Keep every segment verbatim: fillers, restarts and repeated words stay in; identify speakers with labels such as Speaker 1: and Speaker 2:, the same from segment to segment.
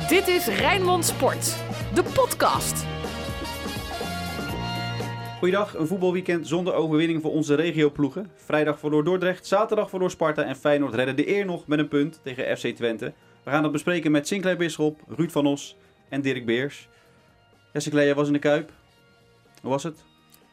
Speaker 1: Dit is Rijnmond Sport, de podcast.
Speaker 2: Goeiedag, een voetbalweekend zonder overwinning voor onze regioploegen. Vrijdag verloor Dordrecht, zaterdag verloor Sparta en Feyenoord redden de eer nog met een punt tegen F C Twente. We gaan dat bespreken met Sinclair Bisschop, Ruud van Os en Dirk Beers. Ja, Sinclair, jij was in de Kuip. Hoe was het?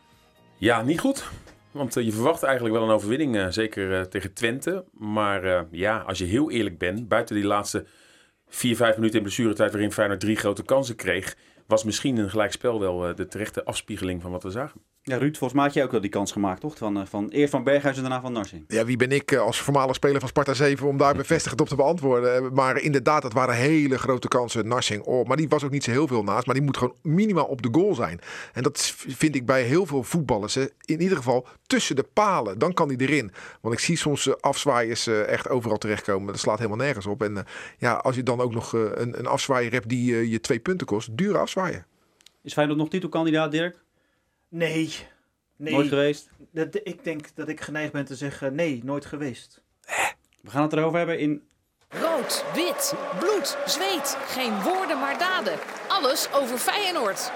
Speaker 3: Ja, niet goed. Want uh, je verwacht eigenlijk wel een overwinning, uh, zeker uh, tegen Twente. Maar uh, ja, als je heel eerlijk bent, buiten die laatste vier, vijf minuten in blessuretijd waarin Feyenoord drie grote kansen kreeg, was misschien een gelijkspel wel uh, de terechte afspiegeling van wat we zagen.
Speaker 2: Ja, Ruud, volgens mij had jij ook wel die kans gemaakt, toch? Van, uh, van eerst van Berghuis en daarna van Narsing.
Speaker 4: Ja, wie ben ik uh, als voormalig speler van Sparta zeven om daar bevestigend op te beantwoorden. Uh, maar inderdaad, dat waren hele grote kansen. Narsing, oh, maar die was ook niet zo heel veel naast. Maar die moet gewoon minimaal op de goal zijn. En dat vind ik bij heel veel voetballers. Hè, in ieder geval tussen de palen. Dan kan hij erin. Want ik zie soms uh, afzwaaiers uh, echt overal terechtkomen. Dat slaat helemaal nergens op. En uh, ja, als je dan ook nog uh, een, een afzwaaier hebt die uh, je twee punten kost. Dure afzwaaien.
Speaker 2: Is Feyenoord nog titelkandidaat, Dirk?
Speaker 5: Nee. nee.
Speaker 2: Nooit geweest?
Speaker 5: Dat, ik denk dat ik geneigd ben te zeggen nee, nooit geweest.
Speaker 2: We gaan het erover hebben in...
Speaker 1: Rood, wit, bloed, zweet. Geen woorden maar daden. Alles over Feyenoord.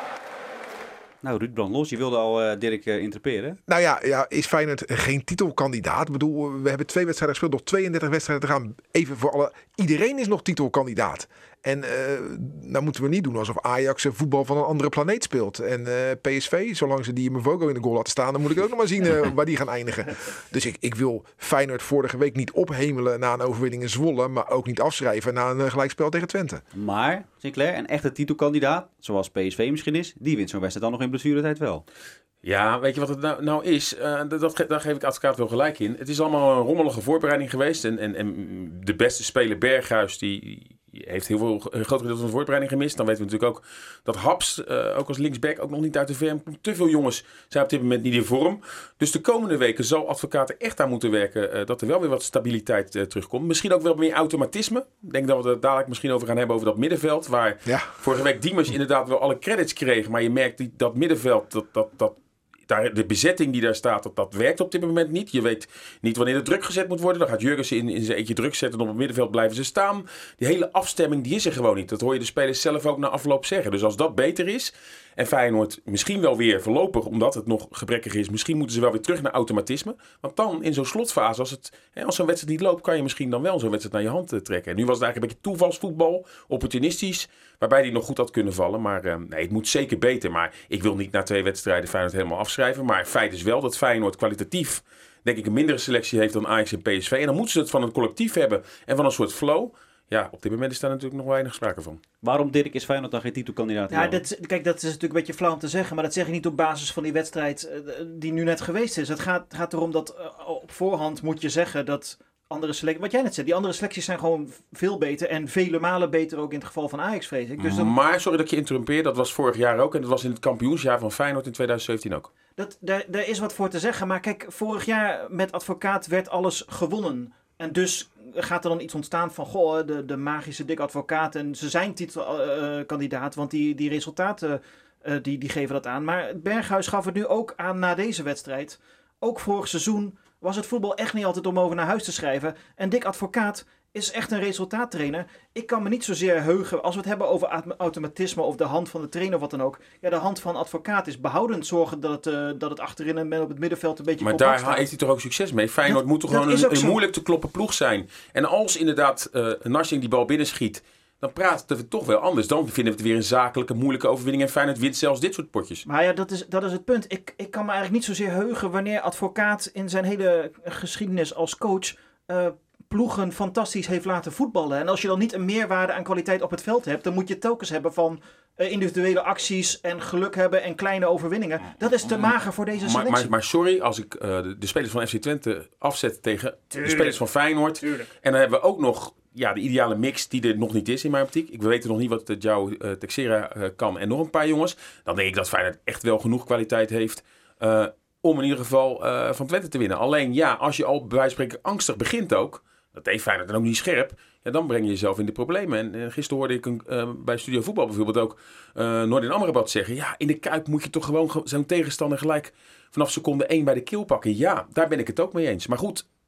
Speaker 2: Nou, Ruud, brand los. Je wilde al uh, Dirk uh, interperen.
Speaker 4: Nou ja, ja, is Feyenoord geen titelkandidaat? Ik bedoel, we hebben twee wedstrijden gespeeld, nog tweeëndertig wedstrijden te gaan. Even voor alle... Iedereen is nog titelkandidaat. En uh, nou moeten we niet doen alsof Ajax voetbal van een andere planeet speelt. En uh, P S V, zolang ze die Mvogo in de goal laten staan, dan moet ik ook nog maar zien uh, waar die gaan eindigen. Dus ik, ik wil Feyenoord vorige week niet ophemelen na een overwinning in Zwolle, maar ook niet afschrijven na een uh, gelijkspel tegen Twente.
Speaker 2: Maar, Sinclair, een echte titelkandidaat, zoals P S V misschien is, die wint zo'n wedstrijd dan nog in blessuretijd wel.
Speaker 3: Ja, weet je wat het nou, nou is? Uh, dat, daar geef ik advocaat wel gelijk in. Het is allemaal een rommelige voorbereiding geweest. En, en, en de beste speler Berghuis, die heeft heel veel, een groot gedeelte van de voorbereiding gemist. Dan weten we natuurlijk ook dat Haps, uh, ook als linksback, ook nog niet uit de vorm. Te veel jongens zijn op dit moment niet in vorm. Dus de komende weken zal advocaat er echt aan moeten werken uh, dat er wel weer wat stabiliteit uh, terugkomt. Misschien ook wel meer automatisme. Ik denk dat we het dadelijk misschien over gaan hebben over dat middenveld. Waar ja. vorige week Diemers inderdaad wel alle credits kreeg. Maar je merkt die, dat middenveld, dat... dat, dat Daar, de bezetting die daar staat, dat, dat werkt op dit moment niet. Je weet niet wanneer de druk gezet moet worden. Dan gaat Jurgensen in, in zijn eentje druk zetten en op het middenveld blijven ze staan. Die hele afstemming die is er gewoon niet. Dat hoor je de spelers zelf ook na afloop zeggen. Dus als dat beter is en Feyenoord misschien wel weer voorlopig, omdat het nog gebrekkig is, misschien moeten ze wel weer terug naar automatisme. Want dan in zo'n slotfase, als, het, hè, als zo'n wedstrijd niet loopt, kan je misschien dan wel zo'n wedstrijd naar je hand trekken. En nu was het eigenlijk een beetje toevalsvoetbal, opportunistisch, waarbij die nog goed had kunnen vallen. Maar uh, nee, het moet zeker beter. Maar ik wil niet na twee wedstrijden Feyenoord helemaal afschrijven. Maar feit is wel dat Feyenoord kwalitatief, denk ik, een mindere selectie heeft dan Ajax en P S V. En dan moeten ze het van een collectief hebben en van een soort flow. Ja, op dit moment is daar natuurlijk nog weinig sprake van.
Speaker 2: Waarom, Dirk, is Feyenoord dan geen titelkandidaat?
Speaker 5: Ja, dat, kijk, dat is natuurlijk een beetje flauw om te zeggen. Maar dat zeg ik niet op basis van die wedstrijd uh, die nu net geweest is. Het gaat, gaat erom dat uh, op voorhand moet je zeggen dat andere selecties... Wat jij net zei, die andere selecties zijn gewoon veel beter. En vele malen beter ook in het geval van Ajax, vrees ik. Dus dan...
Speaker 3: Maar, sorry dat ik je interrumpeer, dat was vorig jaar ook. En dat was in het kampioensjaar van Feyenoord in tweeduizend zeventien ook.
Speaker 5: Dat, daar, daar is wat voor te zeggen. Maar kijk, vorig jaar met advocaat werd alles gewonnen. En dus gaat er dan iets ontstaan van, goh, de, de magische dik advocaat. En ze zijn titelkandidaat, uh, want die, die resultaten uh, die, die geven dat aan. Maar Berghuis gaf het nu ook aan na deze wedstrijd. Ook vorig seizoen was het voetbal echt niet altijd om over naar huis te schrijven. En Dick Advocaat is echt een resultaattrainer. Ik kan me niet zozeer heugen, als we het hebben over automatisme of de hand van de trainer of wat dan ook. Ja, de hand van Advocaat is behoudend zorgen dat het, uh, dat het achterin en op het middenveld een beetje
Speaker 3: maar
Speaker 5: compact
Speaker 3: daar
Speaker 5: staat.
Speaker 3: heeft hij toch ook succes mee? Feyenoord
Speaker 5: dat,
Speaker 3: moet toch gewoon een, een moeilijk te kloppen ploeg zijn. En als inderdaad uh, Narsing die bal binnenschiet, dan praten we toch wel anders. Dan vinden we het weer een zakelijke, moeilijke overwinning. En Feyenoord wint zelfs dit soort potjes.
Speaker 5: Maar ja, dat is, dat is het punt. Ik, ik kan me eigenlijk niet zozeer heugen wanneer Advocaat in zijn hele geschiedenis als coach Uh, ploegen fantastisch heeft laten voetballen. En als je dan niet een meerwaarde aan kwaliteit op het veld hebt, dan moet je telkens hebben van uh, individuele acties en geluk hebben en kleine overwinningen. Dat is te mager voor deze selectie.
Speaker 3: Maar, maar, maar sorry, als ik uh, de, de spelers van F C Twente afzet tegen
Speaker 5: Tuurlijk.
Speaker 3: de spelers van Feyenoord.
Speaker 5: Tuurlijk.
Speaker 3: En dan hebben we ook nog ja, de ideale mix die er nog niet is in mijn optiek. Ik weet nog niet wat uh, João uh, Teixeira uh, kan en nog een paar jongens. Dan denk ik dat Feyenoord echt wel genoeg kwaliteit heeft uh, om in ieder geval uh, van Twente te winnen. Alleen ja, als je al bij wijze van spreken angstig begint ook, dat heeft Feyenoord dan ook niet scherp, ja, dan breng je jezelf in de problemen. En, en gisteren hoorde ik een, uh, bij Studio Voetbal bijvoorbeeld ook uh, Nordin Amrabat zeggen, ja, in de Kuip moet je toch gewoon zo'n tegenstander gelijk vanaf seconde één bij de keel pakken. Ja, daar ben ik het ook mee eens. Maar goed,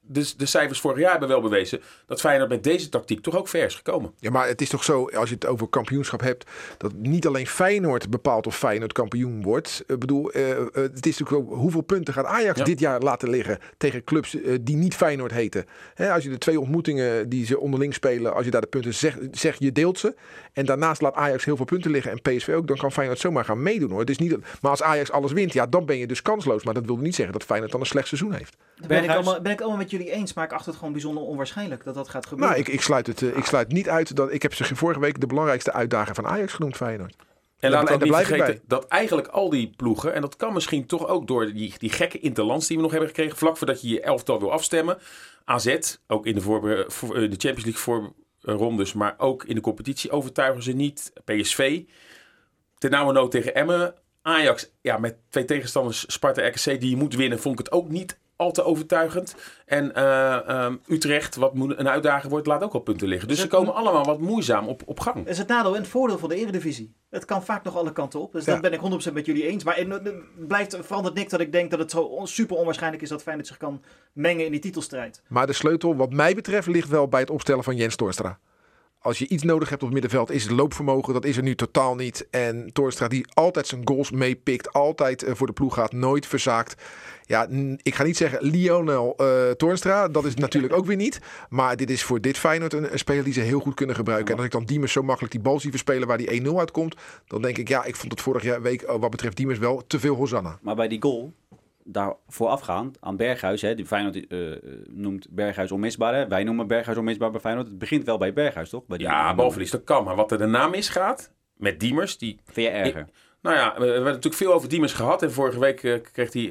Speaker 3: de, de cijfers vorig jaar hebben wel bewezen dat Feyenoord met deze tactiek toch ook ver is gekomen.
Speaker 4: Ja, maar het is toch zo, als je het over kampioenschap hebt, dat niet alleen Feyenoord bepaalt of Feyenoord kampioen wordt. Ik bedoel, uh, uh, het is natuurlijk ook hoeveel punten gaat Ajax ja. dit jaar laten liggen tegen clubs uh, die niet Feyenoord heten. Hè, als je de twee ontmoetingen die ze onderling spelen, als je daar de punten zegt, zeg je deelt ze. En daarnaast laat Ajax heel veel punten liggen en P S V ook, dan kan Feyenoord zomaar gaan meedoen hoor. Het is niet, maar als Ajax alles wint, ja, dan ben je dus kansloos. Maar dat wil niet zeggen dat Feyenoord dan een slecht seizoen heeft.
Speaker 5: Ben ik, allemaal, ben ik allemaal met jullie eens, maar ik acht het gewoon bijzonder onwaarschijnlijk dat dat gaat gebeuren.
Speaker 4: Nou, ik, ik, sluit het, uh, ik sluit niet uit dat ik heb ze vorige week de belangrijkste uitdager van Ajax genoemd, Feyenoord.
Speaker 3: En laten we ook niet vergeten dat eigenlijk al die ploegen, en dat kan misschien toch ook door die, die gekke interlands die we nog hebben gekregen, vlak voordat je je elftal wil afstemmen. A Z, ook in de, voorbe- voor, de Champions League voorrondes, maar ook in de competitie overtuigen ze niet. P S V, ten nauwe nood tegen Emmen. Ajax, ja, met twee tegenstanders, Sparta en R K C, die je moet winnen, vond ik het ook niet al te overtuigend. En uh, um, Utrecht, wat een uitdaging wordt, laat ook al punten liggen. Dus ze komen allemaal wat moeizaam op, op gang.
Speaker 5: Dat is het nadeel en het voordeel van de Eredivisie. Het kan vaak nog alle kanten op. Dus ja. dat ben ik honderd procent met jullie eens. Maar het blijft, verandert niks dat ik denk dat het zo super onwaarschijnlijk is dat Feyenoord zich kan mengen in die titelstrijd.
Speaker 4: Maar de sleutel, wat mij betreft, ligt wel bij het opstellen van Jens Toornstra. Als je iets nodig hebt op het middenveld, is het loopvermogen. Dat is er nu totaal niet. En Toornstra die altijd zijn goals meepikt. Altijd uh, voor de ploeg gaat. Nooit verzaakt. Ja, n- ik ga niet zeggen Lionel uh, Toornstra. Dat is natuurlijk ook weer niet. Maar dit is voor dit Feyenoord een, een speler die ze heel goed kunnen gebruiken. En als ik dan Diemers zo makkelijk die bal zie verspelen waar die één nul uitkomt. Dan denk ik, ja, ik vond het vorige week uh, wat betreft Diemers wel te veel Hosanna.
Speaker 2: Maar bij die goal, daar voorafgaand aan Berghuis, hè, die Feyenoord uh, noemt Berghuis onmisbaar. Hè? Wij noemen Berghuis onmisbaar bij Feyenoord. Het begint wel bij Berghuis, toch? Bij die
Speaker 3: ja, balverlies, dat kan. Maar wat er daarna misgaat, met Diemers, die...
Speaker 2: Vind je erger?
Speaker 3: Ik, nou ja, we hebben natuurlijk veel over Diemers gehad. En vorige week uh, kreeg hij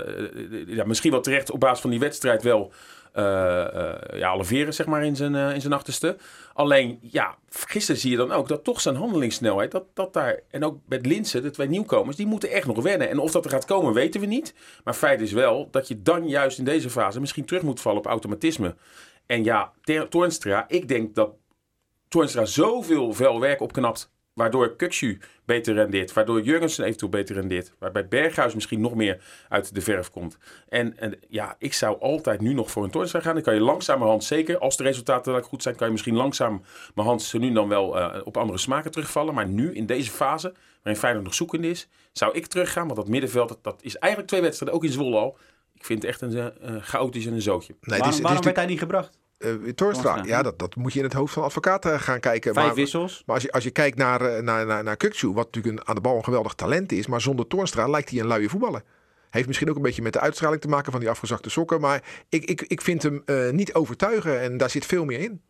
Speaker 3: uh, uh, ja, misschien wel terecht op basis van die wedstrijd wel uh, uh, ja, alle veren zeg maar, in zijn, uh, in zijn achterste. Alleen, ja, gisteren zie je dan ook dat toch zijn handelingssnelheid, dat, dat daar, en ook met Linssen, de twee nieuwkomers, die moeten echt nog wennen. En of dat er gaat komen, weten we niet. Maar feit is wel dat je dan juist in deze fase misschien terug moet vallen op automatisme. En ja, Toornstra, ik denk dat Toornstra zoveel veel werk opknapt, waardoor Köksü beter rendeert, waardoor Jurgensen eventueel beter rendeert, waarbij Berghuis misschien nog meer uit de verf komt. En, en ja, ik zou altijd nu nog voor een Toornstra gaan. Dan kan je langzamerhand, zeker als de resultaten goed zijn, kan je misschien langzamerhand ze nu dan wel uh, op andere smaken terugvallen. Maar nu, in deze fase, waarin Feyenoord nog zoekende is, zou ik teruggaan. Want dat middenveld, dat, dat is eigenlijk twee wedstrijden, ook in Zwolle al. Ik vind het echt een uh, chaotisch en een zootje.
Speaker 2: Nee, waarom is, waarom werd hij niet gebracht?
Speaker 4: Uh, Toornstra, ja, dat, dat moet je in het hoofd van de advocaat uh, gaan kijken.
Speaker 2: Vijf
Speaker 4: maar,
Speaker 2: wissels.
Speaker 4: Maar als je, als je kijkt naar, uh, naar, naar, naar Köksü, wat natuurlijk een, aan de bal een geweldig talent is, maar zonder Toornstra lijkt hij een luie voetballer. Heeft misschien ook een beetje met de uitstraling te maken van die afgezakte sokken, maar ik, ik, ik vind hem uh, niet overtuigen en daar zit veel meer in.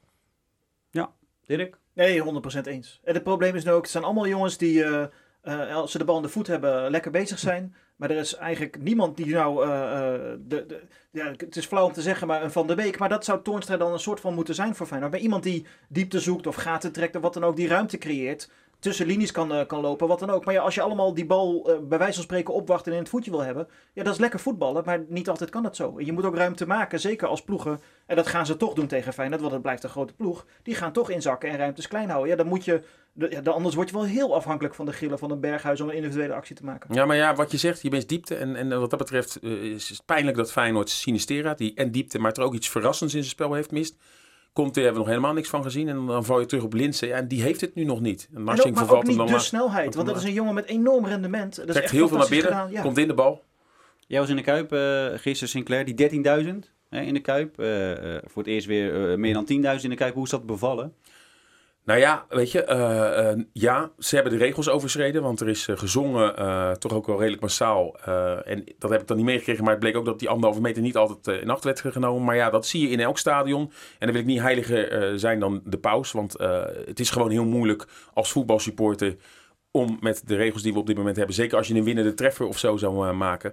Speaker 2: Ja, Dirk?
Speaker 5: Nee, honderd procent eens. En het probleem is nu ook, het zijn allemaal jongens die, uh, uh, als ze de bal in de voet hebben, lekker bezig zijn. Maar er is eigenlijk niemand die nou, uh, uh, de, de, ja, het is flauw om te zeggen, maar een Van de Beek. Maar dat zou Toornstra dan een soort van moeten zijn voor Feyenoord. Bij iemand die diepte zoekt of gaten trekt of wat dan ook, die ruimte creëert. Tussen linies kan, uh, kan lopen, wat dan ook. Maar ja, als je allemaal die bal uh, bij wijze van spreken opwacht en in het voetje wil hebben. Ja, dat is lekker voetballen, maar niet altijd kan dat zo. En je moet ook ruimte maken, zeker als ploegen. En dat gaan ze toch doen tegen Feyenoord, want het blijft een grote ploeg. Die gaan toch inzakken en ruimtes klein houden. Ja, dan moet je, ja, dan anders word je wel heel afhankelijk van de grillen van een Berghuis om een individuele actie te maken.
Speaker 3: Ja, maar ja, wat je zegt, je bent diepte. En, en wat dat betreft uh, is het pijnlijk dat Feyenoord Sinistera, die en diepte, maar er ook iets verrassends in zijn spel heeft mist. Komt, daar hebben we nog helemaal niks van gezien. En dan val je terug op Linssen. Ja, en die heeft het nu nog niet. En,
Speaker 5: en ook, maar ook niet de maar, snelheid. Want dat is een jongen met enorm rendement. Dat
Speaker 3: trekt
Speaker 5: is echt
Speaker 3: heel veel naar binnen.
Speaker 5: Gedaan, ja.
Speaker 3: Komt in de bal.
Speaker 2: Jij was in de Kuip uh, gisteren, Sinclair. Die dertienduizend hè, in de Kuip. Uh, uh, voor het eerst weer uh, meer dan tienduizend in de Kuip. Hoe is dat bevallen?
Speaker 3: Nou ja, weet je, uh, uh, ja, ze hebben de regels overschreden, want er is uh, gezongen, uh, toch ook wel redelijk massaal. Uh, en dat heb ik dan niet meegekregen, maar het bleek ook dat die anderhalve meter niet altijd uh, in acht werd genomen. Maar ja, dat zie je in elk stadion. En dan wil ik niet heiliger uh, zijn dan de paus, want uh, het is gewoon heel moeilijk als voetbalsupporter om met de regels die we op dit moment hebben, zeker als je een winnende treffer of zo zou uh, maken.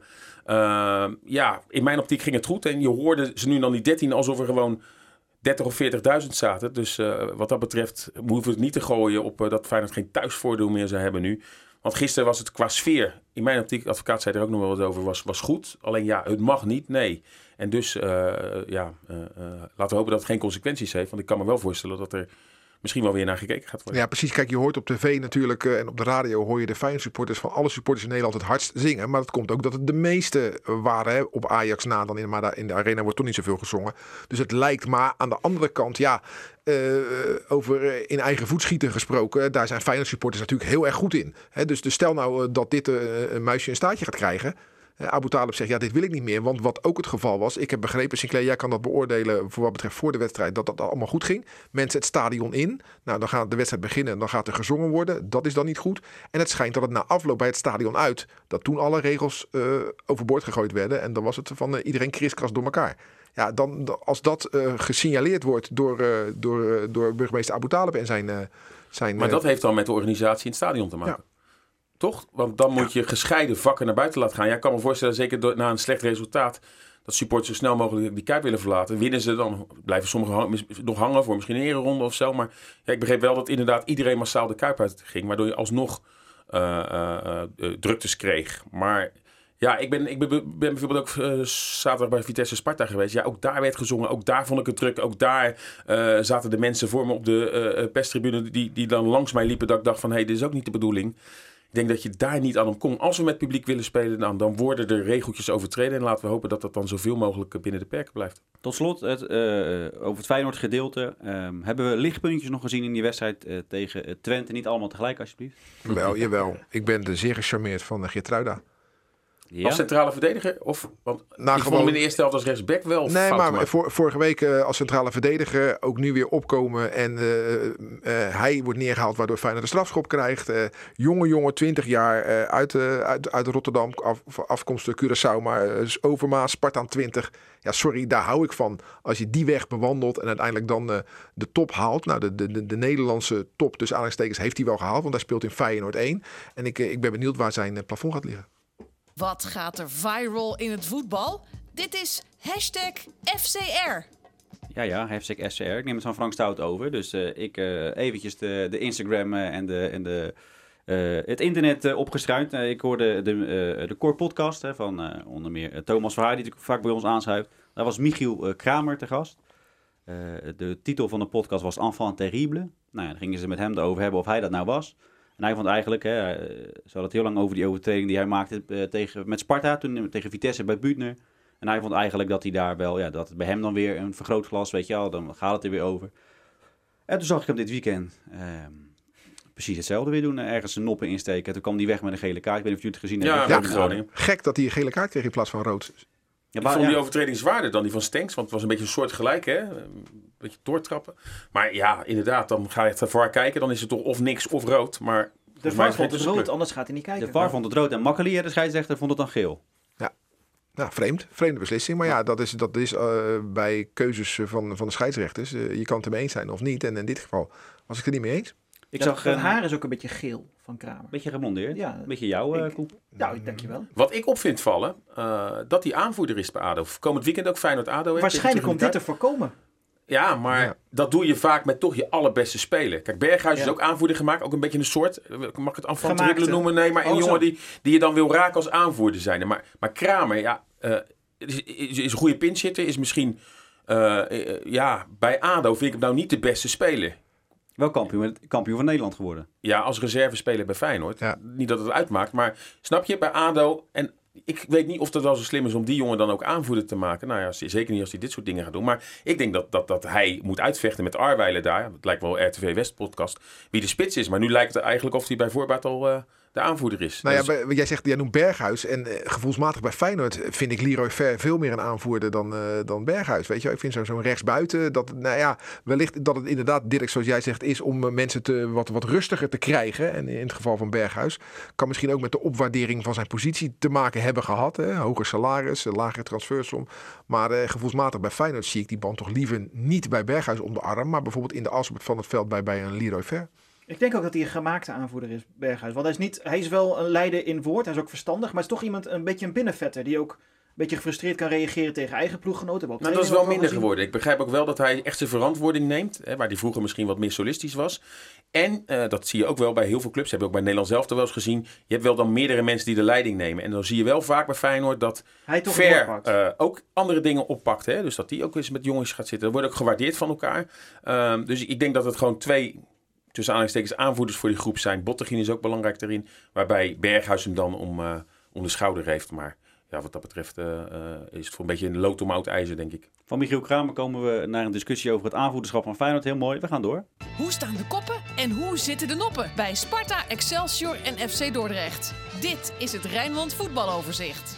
Speaker 3: Uh, ja, in mijn optiek ging het goed en je hoorde ze nu dan die dertien alsof er gewoon dertig of veertigduizend zaten. Dus uh, wat dat betreft hoeven we het niet te gooien op uh, dat Feyenoord geen thuisvoordeel meer zou hebben nu. Want gisteren was het qua sfeer, in mijn optiek, de advocaat zei er ook nog wel wat over, was, was goed. Alleen ja, het mag niet, nee. En dus, uh, ja, uh, uh, laten we hopen dat het geen consequenties heeft. Want ik kan me wel voorstellen dat er misschien wel weer naar gekeken gaat worden.
Speaker 4: Ja, precies. Kijk, je hoort op tv natuurlijk uh, en op de radio hoor je de Feyenoord supporters van alle supporters in Nederland het hardst zingen. Maar dat komt ook dat het de meeste waren, hè, op Ajax na. Dan in, maar in de arena wordt toch niet zoveel gezongen. Dus het lijkt, maar aan de andere kant, ja, uh, over uh, in eigen voet schieten gesproken. Daar zijn Feyenoord supporters natuurlijk heel erg goed in. Hè, dus, dus stel nou uh, dat dit uh, een muisje een staartje gaat krijgen. Uh, Abu Talib zegt, ja, dit wil ik niet meer. Want wat ook het geval was, ik heb begrepen, Sinclair, jij kan dat beoordelen voor wat betreft voor de wedstrijd, dat dat allemaal goed ging. Mensen het stadion in. Nou, dan gaat de wedstrijd beginnen en dan gaat er gezongen worden. Dat is dan niet goed. En het schijnt dat het na afloop bij het stadion uit, dat toen alle regels uh, overboord gegooid werden. En dan was het van uh, iedereen kriskras door elkaar. Ja, dan, als dat uh, gesignaleerd wordt door, uh, door, uh, door burgemeester Abu Talib en zijn... Uh, zijn
Speaker 3: maar dat uh, heeft dan met de organisatie in het stadion te maken. Ja. Toch? Want dan moet ja. je gescheiden vakken naar buiten laten gaan. Ja, ik kan me voorstellen, zeker door, na een slecht resultaat, dat supporters zo snel mogelijk die Kuip willen verlaten. Winnen ze, dan blijven sommigen hang, nog hangen voor misschien een ereronde of zo. Maar ja, ik begreep wel dat inderdaad iedereen massaal de Kuip uit ging. Waardoor je alsnog uh, uh, uh, druktes kreeg. Maar ja, ik ben, ik ben, ben bijvoorbeeld ook uh, zaterdag bij Vitesse Sparta geweest. Ja, ook daar werd gezongen. Ook daar vond ik het druk. Ook daar uh, zaten de mensen voor me op de uh, perstribune die, die dan langs mij liepen. Dat ik dacht van, hé, hey, dit is ook niet de bedoeling. Ik denk dat je daar niet aan komt. Als we met publiek willen spelen, dan, dan worden er regeltjes overtreden. En laten we hopen dat dat dan zoveel mogelijk binnen de perken blijft.
Speaker 2: Tot slot, het, uh, over het Feyenoord gedeelte. Um, hebben we lichtpuntjes nog gezien in die wedstrijd uh, tegen uh, Twente? Niet allemaal tegelijk, alsjeblieft.
Speaker 4: Wel, jawel. Ik ben de zeer gecharmeerd van uh, Geertruida.
Speaker 3: Ja. Als centrale verdediger? Of, want
Speaker 4: nou,
Speaker 3: ik
Speaker 4: gewoon...
Speaker 3: vond hem in de eerste helft als rechtsback wel
Speaker 4: Nee,
Speaker 3: fout
Speaker 4: maar voor, vorige week uh, als centrale verdediger ook nu weer opkomen. En uh, uh, hij wordt neergehaald waardoor Feyenoord een strafschop krijgt. Uh, jonge jongen, twintig jaar, uh, uit, uh, uit, uit Rotterdam, af, afkomstig Curaçao, maar uh, Overmaas, Spartaan twintig. Ja, sorry, daar hou ik van. Als je die weg bewandelt en uiteindelijk dan uh, de top haalt. Nou, de, de, de, de Nederlandse top, dus aanhalingstekens, heeft hij wel gehaald. Want hij speelt in Feyenoord één. En ik, uh, ik ben benieuwd waar zijn uh, plafond gaat liggen.
Speaker 1: Wat gaat er viral in het voetbal? Dit is hashtag F C R.
Speaker 2: Ja, ja, hashtag F C R. Ik neem het van Frank Stout over. Dus uh, ik uh, eventjes de, de Instagram uh, en, de, en de, uh, het internet uh, opgeschuind. Uh, ik hoorde de, uh, de Core podcast hè, van uh, onder meer uh, Thomas Verhaar, die vaak bij ons aanschuift. Daar was Michiel uh, Kramer te gast. Uh, de titel van de podcast was Enfant Terrible. Nou ja, dan gingen ze met hem erover hebben of hij dat nou was. En hij vond eigenlijk, hè, ze hadden het heel lang over die overtreding die hij maakte uh, tegen, met Sparta, toen tegen Vitesse bij Buutner. En hij vond eigenlijk dat hij daar wel, ja, dat het bij hem dan weer een vergrootglas, weet je wel, dan gaat het er weer over. En toen zag ik hem dit weekend uh, precies hetzelfde weer doen, ergens een noppen insteken. Toen kwam hij weg met een gele kaart, ik weet niet of jullie het gezien hebben.
Speaker 3: Ja,
Speaker 4: ja, ja, gek dat hij een gele kaart kreeg in plaats van rood.
Speaker 3: Ja, maar, ik vond ja. die overtreding zwaarder dan die van Stenks, want het was een beetje een soort gelijk, hè? Een beetje doortrappen. Maar ja, inderdaad, dan ga je het voor kijken, dan is het toch of niks of rood, maar...
Speaker 5: De V A R vond het rood, anders gaat hij niet kijken.
Speaker 2: De V A R vond het rood en Makkeli, de scheidsrechter, vond het dan geel.
Speaker 4: Ja, nou, vreemd. Vreemde beslissing. Maar ja, dat is, dat is uh, bij keuzes van, van de scheidsrechters. Uh, je kan het ermee eens zijn of niet. En in dit geval was ik het er niet mee eens.
Speaker 5: Ik ja, zag, het uh, haar is ook een beetje geel van Kramer. Een
Speaker 2: beetje geblondeerd. Ja, een beetje jouw uh, koep.
Speaker 5: Nou, ik denk je wel.
Speaker 3: Wat ik op vind vallen, uh, dat die aanvoerder is bij A D O. Komend weekend ook Feyenoord-A D O.
Speaker 5: Waarschijnlijk komt dit te voorkomen.
Speaker 3: Ja, maar ja. dat doe je vaak met toch je allerbeste speler. Kijk, Berghuis ja. is ook aanvoerder gemaakt. Ook een beetje een soort, mag ik het enfant terrible noemen? Nee, maar een oh, jongen die, die je dan wil raken als aanvoerder zijn. Maar, maar Kramer, ja, uh, is, is, is een goede pinchitter. Is misschien, uh, uh, ja, bij A D O vind ik hem nou niet de beste speler.
Speaker 2: Wel kampioen, kampioen van Nederland geworden.
Speaker 3: Ja, als reservespeler bij Feyenoord. Ja. Niet dat het uitmaakt, maar snap je, bij A D O... en ik weet niet of het wel zo slim is om die jongen dan ook aanvoerder te maken. Nou ja, zeker niet als hij dit soort dingen gaat doen. Maar ik denk dat, dat, dat hij moet uitvechten met Arweiler daar. Het lijkt wel R T V West podcast. Wie de spits is. Maar nu lijkt het eigenlijk of hij bij voorbaat al uh, de aanvoerder is.
Speaker 4: Nou
Speaker 3: dus...
Speaker 4: ja, bij, jij zegt, jij noemt Berghuis. En uh, gevoelsmatig bij Feyenoord vind ik Leroy Fer veel meer een aanvoerder dan, uh, dan Berghuis. Weet je, ik vind zo, zo'n rechtsbuiten. Dat, nou ja, wellicht dat het inderdaad, Dirk, zoals jij zegt, is om uh, mensen te, wat, wat rustiger te krijgen. En in het geval van Berghuis kan misschien ook met de opwaardering van zijn positie te maken hebben gehad. Hè? Hoger salaris, lagere transfersom. Maar uh, gevoelsmatig bij Feyenoord zie ik die band toch liever niet bij Berghuis om de arm. Maar bijvoorbeeld in de as van het veld bij, bij een Leroy Fer.
Speaker 5: Ik denk ook dat hij een gemaakte aanvoerder is, Berghuis. Want hij is, niet, hij is wel een leider in woord, hij is ook verstandig. Maar is toch iemand, een beetje een binnenvetter die ook beetje gefrustreerd kan reageren tegen eigen ploeggenoten.
Speaker 3: Nou, dat is wel minder geworden. Ik begrijp ook wel dat hij echt zijn verantwoording neemt. Hè, waar hij vroeger misschien wat meer solistisch was. En uh, dat zie je ook wel bij heel veel clubs. Heb je ook bij Nederland zelf wel eens gezien. Je hebt wel dan meerdere mensen die de leiding nemen. En dan zie je wel vaak bij Feyenoord dat
Speaker 5: hij toch
Speaker 3: Ver uh, ook andere dingen oppakt. Hè? Dus dat die ook eens met jongens gaat zitten. Dat wordt ook gewaardeerd van elkaar. Uh, dus ik denk dat het gewoon twee, tussen aanhalingstekens, aanvoerders voor die groep zijn. Bottegien is ook belangrijk daarin. Waarbij Berghuis hem dan om, uh, om de schouder heeft. Maar ja, wat dat betreft uh, uh, is het voor een beetje een lood om oud ijzer, denk ik.
Speaker 2: Van Michiel Kramer komen we naar een discussie over het aanvoederschap van Feyenoord. Heel mooi, we gaan door.
Speaker 1: Hoe staan de koppen en hoe zitten de noppen bij Sparta, Excelsior en F C Dordrecht? Dit is het Rijnmond voetbaloverzicht.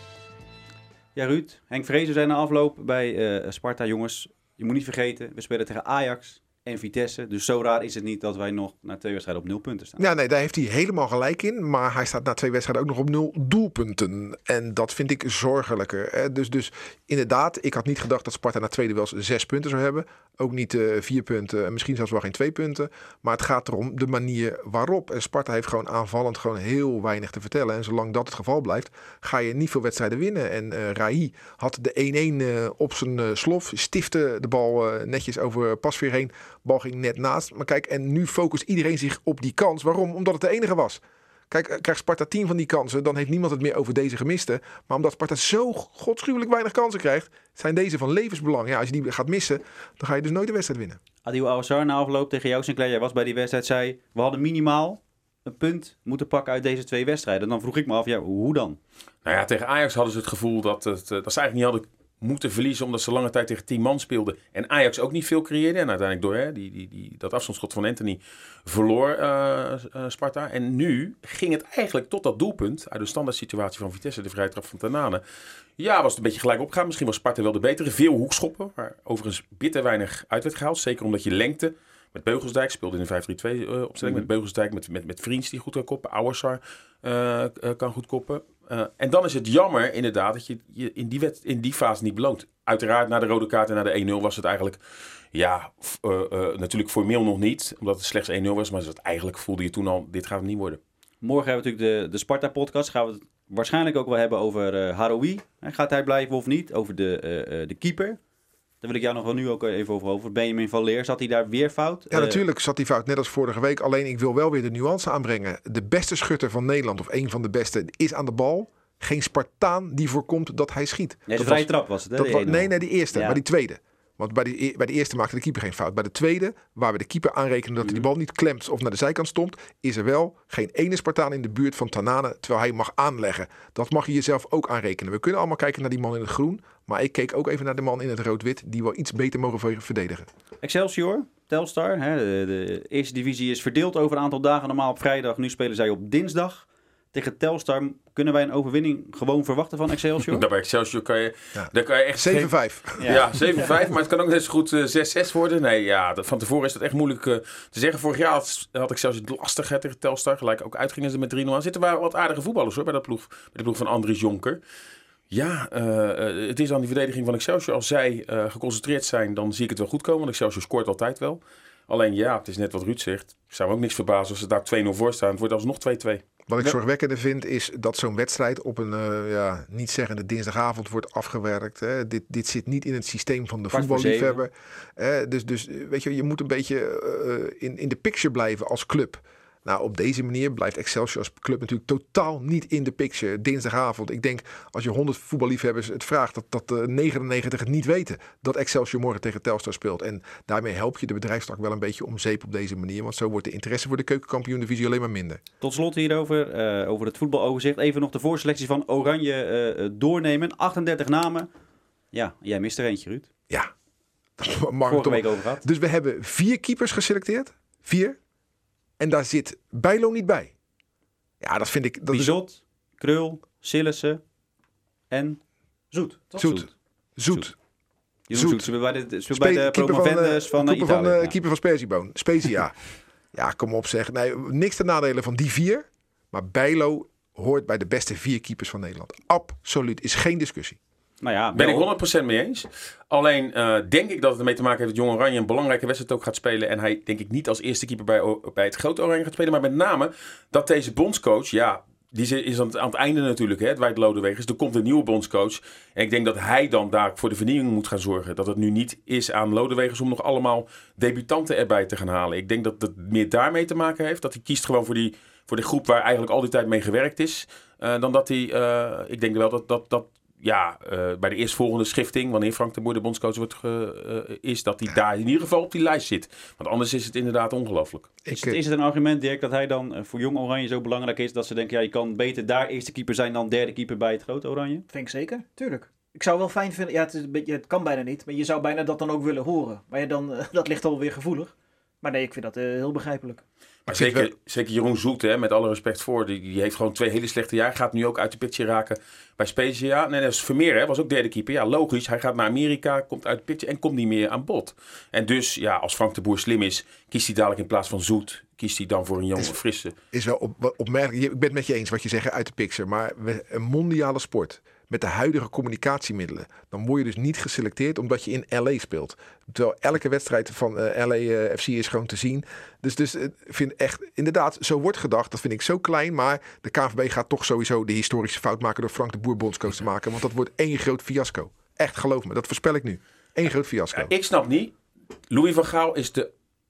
Speaker 2: Ja, Ruud, Henk Vrezer zei na afloop bij uh, Sparta, jongens, je moet niet vergeten, we spelen tegen Ajax en Vitesse. Dus zo raar is het niet dat wij nog na twee wedstrijden op nul punten staan.
Speaker 4: Ja, nee, daar heeft hij helemaal gelijk in. Maar hij staat na twee wedstrijden ook nog op nul doelpunten. En dat vind ik zorgelijker. Hè? Dus, dus inderdaad, ik had niet gedacht dat Sparta na tweede wel zes punten zou hebben. Ook niet uh, vier punten, misschien zelfs wel geen twee punten. Maar het gaat erom de manier waarop. En Sparta heeft gewoon aanvallend gewoon heel weinig te vertellen. En zolang dat het geval blijft, ga je niet veel wedstrijden winnen. En uh, Rai had de één-één uh, op zijn uh, slof. Stifte de bal uh, netjes over Pasveer heen. Bal ging net naast. Maar kijk, en nu focust iedereen zich op die kans. Waarom? Omdat het de enige was. Kijk, krijgt Sparta tien van die kansen, dan heeft niemand het meer over deze gemiste. Maar omdat Sparta zo godschuwelijk weinig kansen krijgt, zijn deze van levensbelang. Ja, als je die gaat missen, dan ga je dus nooit de wedstrijd winnen.
Speaker 2: Adil Aouassar na afloop tegen jou, Sinclair, jij was bij die wedstrijd, zei, we hadden minimaal een punt moeten pakken uit deze twee wedstrijden. En dan vroeg ik me af, ja, hoe dan?
Speaker 3: Nou ja, tegen Ajax hadden ze het gevoel dat, het, dat ze eigenlijk niet hadden moeten verliezen, omdat ze lange tijd tegen tien man speelden. En Ajax ook niet veel creëerde. En uiteindelijk door hè, die, die, die, dat afstandsschot van Anthony verloor uh, uh, Sparta. En nu ging het eigenlijk tot dat doelpunt uit de standaard situatie van Vitesse, de vrije trap van Tanane. Ja, was het een beetje gelijk opgegaan. Misschien was Sparta wel de betere. Veel hoekschoppen, waar overigens bitter weinig uit werd gehaald. Zeker omdat je lengte met Beugelsdijk speelde in een vijf drie twee uh, opstelling. Mm. Met Beugelsdijk, met, met, met Vriends die goed kan koppen. Aouassar uh, uh, kan goed koppen. Uh, en dan is het jammer inderdaad dat je je in die, wet, in die fase niet beloont. Uiteraard na de rode kaart en na de één nul was het eigenlijk, ja, f- uh, uh, natuurlijk formeel nog niet. Omdat het slechts één nul was, maar het eigenlijk voelde je toen al, dit gaat het niet worden.
Speaker 2: Morgen hebben we natuurlijk de, de Sparta-podcast. Gaan we het waarschijnlijk ook wel hebben over uh, Haroui. Gaat hij blijven of niet? Over de, uh, de keeper. Daar wil ik jou nog wel nu ook even over over. Benjamin van Leer, zat hij daar weer fout?
Speaker 4: Ja, uh, natuurlijk zat hij fout, net als vorige week. Alleen ik wil wel weer de nuance aanbrengen. De beste schutter van Nederland, of een van de beste, is aan de bal. Geen Spartaan die voorkomt dat hij schiet.
Speaker 2: Nee, de vrije trap was het, hè?
Speaker 4: Dat was, nee, nee, die eerste,
Speaker 2: ja.
Speaker 4: maar die tweede. Want bij de, bij de eerste maakte de keeper geen fout. Bij de tweede, waar we de keeper aanrekenen dat hij die bal niet klemt of naar de zijkant stomt, is er wel geen ene Spartaan in de buurt van Tanane, terwijl hij mag aanleggen. Dat mag je jezelf ook aanrekenen. We kunnen allemaal kijken naar die man in het groen, maar ik keek ook even naar de man in het rood-wit, die wel iets beter mogen verdedigen.
Speaker 2: Excelsior, Telstar, hè, de, de eerste divisie is verdeeld over een aantal dagen. Normaal op vrijdag, nu spelen zij op dinsdag. Tegen Telstar kunnen wij een overwinning gewoon verwachten van Excelsior?
Speaker 3: Daar bij Excelsior kan je, ja. daar kan je echt...
Speaker 4: zeven vijf.
Speaker 3: Ja, ja zeven vijf, maar het kan ook net zo goed uh, zes zes worden. Nee, ja, dat, van tevoren is dat echt moeilijk uh, te zeggen. Vorig jaar had, had Excelsior het lastig hè, tegen Telstar. Gelijk ook uitgingen ze met drie nul aan. Zitten waren wat aardige voetballers hoor, bij, dat ploeg, bij de ploeg van Andries Jonker. Ja, uh, het is aan die verdediging van Excelsior. Als zij uh, geconcentreerd zijn, dan zie ik het wel goed komen. Want Excelsior scoort altijd wel. Alleen ja, het is net wat Ruud zegt. Ik zou me ook niks verbazen als ze daar twee nul voor staan. Het wordt alsnog twee twee.
Speaker 4: Wat ik zorgwekkender vind is dat zo'n wedstrijd op een uh, ja, niet zeggende dinsdagavond wordt afgewerkt. Hè. Dit, dit zit niet in het systeem van de voetballiefhebber. Uh, dus, dus weet je, je moet een beetje uh, in, in de picture blijven als club. Nou, op deze manier blijft Excelsior als club natuurlijk totaal niet in de picture. Dinsdagavond. Ik denk, als je honderd voetballiefhebbers het vraagt, dat, dat uh, negenennegentig het niet weten dat Excelsior morgen tegen Telstar speelt. En daarmee help je de bedrijfstak wel een beetje om zeep op deze manier. Want zo wordt de interesse voor de keukenkampioen-divisie alleen maar minder.
Speaker 2: Tot slot hierover, uh, over het voetbaloverzicht. Even nog de voorselectie van Oranje uh, doornemen. achtendertig namen. Ja, jij mist er eentje, Ruud.
Speaker 4: Ja.
Speaker 2: Vorige week over gehad.
Speaker 4: Dus we hebben vier keepers geselecteerd. Vier. En daar zit Bijlo niet bij. Ja, dat vind ik... Dat
Speaker 2: Bizot, is... Krul, Sillissen en
Speaker 5: Zoet.
Speaker 4: Zoet. Zoet. Zoet.
Speaker 2: Zoet. Zoet. Zoet. Bij de, Spe- bij de promovendus van, uh, van,
Speaker 4: van
Speaker 2: Italië.
Speaker 4: Uh, keeper van Spezia. Spezia. Ja, kom op zeg. Nee, niks ten nadele van die vier. Maar Bijlo hoort bij de beste vier keepers van Nederland. Absoluut. Is geen discussie.
Speaker 2: Nou ja,
Speaker 3: ben ik honderd procent mee eens. Alleen uh, denk ik dat het ermee te maken heeft dat Jong Oranje een belangrijke wedstrijd ook gaat spelen. En hij denk ik niet als eerste keeper bij, bij het grote Oranje gaat spelen. Maar met name dat deze bondscoach, ja, die is aan het, aan het einde natuurlijk, hè, Dwight Lodewegers. Er komt een nieuwe bondscoach. En ik denk dat hij dan daar voor de vernieuwing moet gaan zorgen. Dat het nu niet is aan Lodewegers om nog allemaal debutanten erbij te gaan halen. Ik denk dat het meer daarmee te maken heeft. Dat hij kiest gewoon voor die, voor de groep waar eigenlijk al die tijd mee gewerkt is. Uh, dan dat hij, uh, ik denk wel dat, dat, dat ja, uh, bij de eerstvolgende schifting, wanneer Frank de Boer de bondscoach wordt ge, uh, is, dat hij daar in ieder geval op die lijst zit. Want anders is het inderdaad ongelooflijk.
Speaker 2: Is het, is het een argument, Dirk, dat hij dan uh, voor Jong Oranje zo belangrijk is, dat ze denken, ja, je kan beter daar eerste keeper zijn dan derde keeper bij het grote Oranje?
Speaker 5: Vind ik zeker, tuurlijk. Ik zou wel fijn vinden, ja, het, is een beetje, het kan bijna niet, maar je zou bijna dat dan ook willen horen. Maar ja, dan, uh, dat ligt alweer gevoelig. Maar nee, ik vind dat uh, heel begrijpelijk.
Speaker 3: Maar zeker, zeker Jeroen Zoet, hè, met alle respect voor, die, die heeft gewoon twee hele slechte jaar. Gaat nu ook uit de pitje raken bij Spezia. Nee, dat is Vermeer, hè, was ook derde keeper. Ja, logisch. Hij gaat naar Amerika, komt uit de pitje en komt niet meer aan bod. En dus, ja, als Frank de Boer slim is, kiest hij dadelijk in plaats van Zoet, kiest hij dan voor een jonge, is, frisse.
Speaker 4: Is wel op, opmerkelijk. Ik ben het met je eens wat je zegt uit de picture. Maar een mondiale sport met de huidige communicatiemiddelen, dan word je dus niet geselecteerd omdat je in L A speelt. Terwijl elke wedstrijd van uh, L A uh, F C is gewoon te zien. Dus, dus ik uh, vind echt, inderdaad, zo wordt gedacht. Dat vind ik zo klein. Maar de K N V B gaat toch sowieso de historische fout maken door Frank de Boer bondscoach te maken. Want dat wordt één groot fiasco. Echt, geloof me. Dat voorspel ik nu. Eén groot fiasco.
Speaker 3: Ja, ik snap niet. Louis van Gaal is de...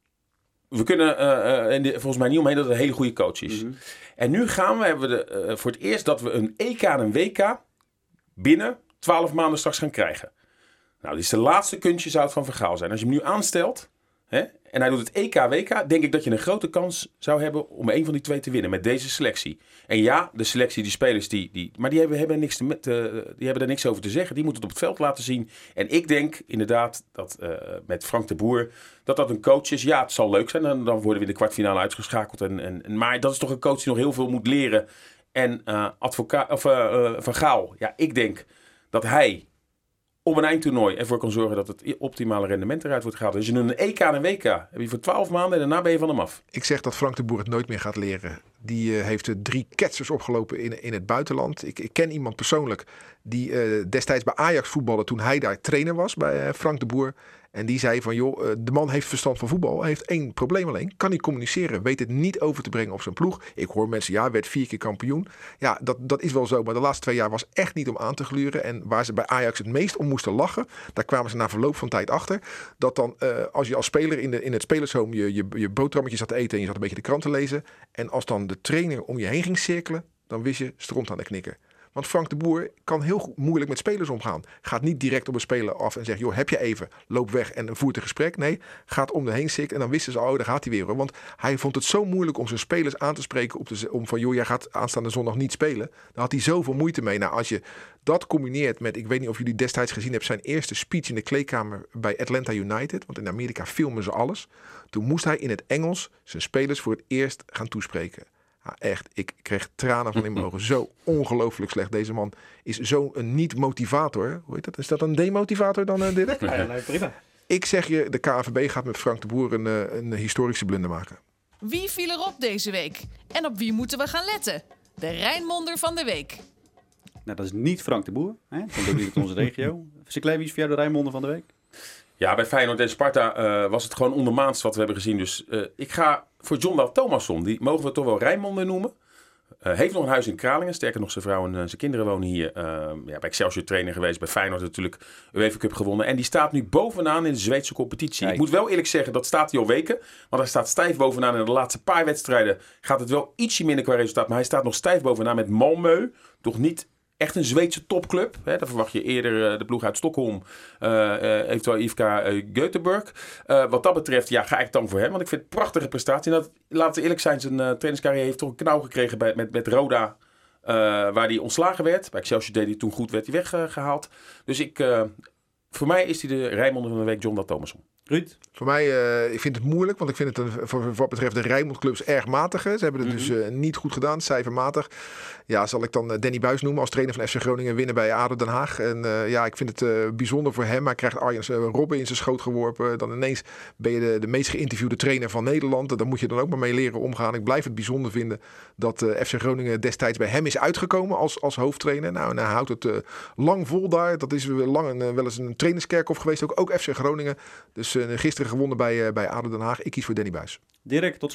Speaker 3: We kunnen uh, uh, volgens mij niet omheen dat het een hele goede coach is. Mm-hmm. En nu gaan we, hebben we de, uh, voor het eerst dat we een E K en een W K binnen twaalf maanden straks gaan krijgen. Nou, dit is de laatste kunstje zou het van Van Gaal zijn. Als je hem nu aanstelt, hè, en hij doet het E K, W K, denk ik dat je een grote kans zou hebben om een van die twee te winnen met deze selectie. En ja, de selectie, die spelers, die, die, maar die hebben, hebben, niks te, uh, die hebben er niks over te zeggen. Die moeten het op het veld laten zien. En ik denk inderdaad dat uh, met Frank de Boer, dat dat een coach is. Ja, het zal leuk zijn. En dan worden we in de kwartfinale uitgeschakeld. En, en, maar dat is toch een coach die nog heel veel moet leren. En uh, advocaat, of, uh, uh, Van Gaal, ja, ik denk dat hij op een eindtoernooi ervoor kan zorgen dat het optimale rendement eruit wordt gehaald. Als je nu een E K en een W K heb je voor twaalf maanden en daarna ben je van hem af.
Speaker 4: Ik zeg dat Frank de Boer het nooit meer gaat leren. Die uh, heeft er drie ketsers opgelopen in, in het buitenland. Ik, ik ken iemand persoonlijk die uh, destijds bij Ajax voetbalde toen hij daar trainer was bij uh, Frank de Boer. En die zei van, joh, de man heeft verstand van voetbal. Hij heeft één probleem alleen. Kan niet communiceren. Weet het niet over te brengen op zijn ploeg. Ik hoor mensen, ja, werd vier keer kampioen. Ja, dat, dat is wel zo. Maar de laatste twee jaar was echt niet om aan te gluren. En waar ze bij Ajax het meest om moesten lachen, daar kwamen ze na verloop van tijd achter. Dat dan, uh, als je als speler in, de, in het spelershome je, je, je boterhammetjes zat te eten en je zat een beetje de krant te lezen. En als dan de trainer om je heen ging cirkelen, dan wist je stront aan de knikker. Want Frank de Boer kan heel goed, moeilijk met spelers omgaan. Gaat niet direct op een speler af en zegt, joh, heb je even, loop weg en voert een gesprek. Nee, gaat om de heen sikt en dan wisten ze, oh, daar gaat hij weer. Hoor. Want hij vond het zo moeilijk om zijn spelers aan te spreken. Op de, om van, joh, jij gaat aanstaande zondag niet spelen. Daar had hij zoveel moeite mee. Nou, als je dat combineert met, ik weet niet of jullie destijds gezien hebben, zijn eerste speech in de kleedkamer bij Atlanta United. Want in Amerika filmen ze alles. Toen moest hij in het Engels zijn spelers voor het eerst gaan toespreken. Ja, echt, ik kreeg tranen van in mijn ogen. Zo ongelooflijk slecht. Deze man is zo'n niet-motivator. Hoe heet dat? Is dat een demotivator dan, uh, Dirk?
Speaker 5: Ja, ja, prima.
Speaker 4: Ik zeg je, de K N V B gaat met Frank de Boer een, een historische blunder maken.
Speaker 1: Wie viel erop deze week? En op wie moeten we gaan letten? De Rijnmonder van de week.
Speaker 2: Nou, dat is niet Frank de Boer. Hè? Dat doet niet uit onze regio. Sinclair, wie is voor jou de Rijnmonder van de week?
Speaker 3: Ja, bij Feyenoord en Sparta uh, was het gewoon ondermaats wat we hebben gezien. Dus uh, ik ga voor John Dahl Thomasson. Die mogen we toch wel Rijnmonder noemen. Uh, heeft nog een huis in Kralingen. Sterker nog, zijn vrouw en uh, zijn kinderen wonen hier. Uh, ja, bij Excelsior trainer geweest. Bij Feyenoord natuurlijk UEFA Cup gewonnen. En die staat nu bovenaan in de Zweedse competitie. Kijk. Ik moet wel eerlijk zeggen, dat staat hij al weken. Want hij staat stijf bovenaan. En in de laatste paar wedstrijden gaat het wel ietsje minder qua resultaat. Maar hij staat nog stijf bovenaan met Malmö. Toch niet echt een Zweedse topclub. Hè? Dan verwacht je eerder uh, de ploeg uit Stockholm. Uh, uh, eventueel I F K uh, Göteborg. Uh, wat dat betreft, ja, ga ik dan voor hem. Want ik vind het een prachtige prestatie. En dat, laten we eerlijk zijn, zijn uh, trainingscarrière heeft toch een knauw gekregen bij, met, met Roda. Uh, waar hij ontslagen werd. Bij Excelsior deed hij toen goed, werd hij weggehaald. Uh, dus ik, uh, voor mij is hij de Rijnmonder van de week, John Dahl Thomasson.
Speaker 2: Ruud?
Speaker 4: Voor mij, uh, ik vind het moeilijk, want ik vind het een, voor wat betreft de Rijnmond-clubs erg matige. Ze hebben het mm-hmm. dus uh, niet goed gedaan, cijfermatig. Ja, zal ik dan uh, Danny Buis noemen als trainer van F C Groningen winnen bij A D O Den Haag. En uh, ja, ik vind het uh, bijzonder voor hem. Hij krijgt Arjen uh, Robben in zijn schoot geworpen. Dan ineens ben je de, de meest geïnterviewde trainer van Nederland. Daar moet je dan ook maar mee leren omgaan. Ik blijf het bijzonder vinden dat uh, F C Groningen destijds bij hem is uitgekomen als, als hoofdtrainer. Nou, en hij houdt het uh, lang vol daar. Dat is lang een, uh, wel eens een trainerskerkhof geweest, ook, ook F C Groningen. Dus uh, gisteren gewonnen bij, uh, bij A D O Den Haag. Ik kies voor Danny Buis.
Speaker 2: Dirk, tot slot.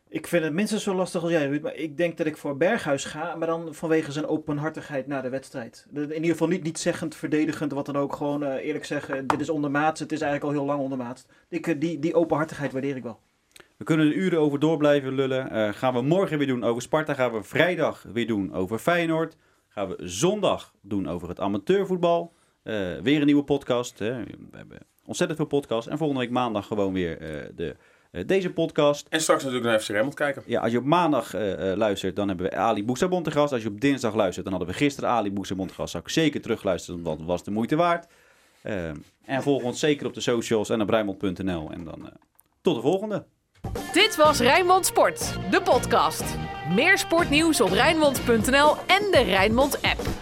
Speaker 5: Ik vind het minstens zo lastig als jij, Ruud. Maar ik denk dat ik voor Berghuis ga, maar dan vanwege zijn openhartigheid na de wedstrijd. In ieder geval niet, niet zeggend, verdedigend, wat dan ook. Gewoon uh, eerlijk zeggen, dit is ondermaats. Het is eigenlijk al heel lang ondermaats. Ik, die, die openhartigheid waardeer ik wel.
Speaker 2: We kunnen er uren over door blijven lullen. Uh, gaan we morgen weer doen over Sparta. Gaan we vrijdag weer doen over Feyenoord. Gaan we zondag doen over het amateurvoetbal. Uh, weer een nieuwe podcast. Hè. We hebben ontzettend veel podcasts. En volgende week maandag gewoon weer uh, de, uh, deze podcast.
Speaker 3: En straks natuurlijk naar F C Rijnmond kijken.
Speaker 2: Ja, als je op maandag uh, uh, luistert, dan hebben we Ali Boeksabon te gast. Als je op dinsdag luistert, dan hadden we gisteren Ali Boeksabon te gast. Zou ik zeker terugluisteren, want het was de moeite waard. Uh, en volg ons zeker op de socials en op Rijnmond punt n l. En dan uh, tot de volgende.
Speaker 1: Dit was Rijnmond Sport, de podcast. Meer sportnieuws op Rijnmond punt n l en de Rijnmond app.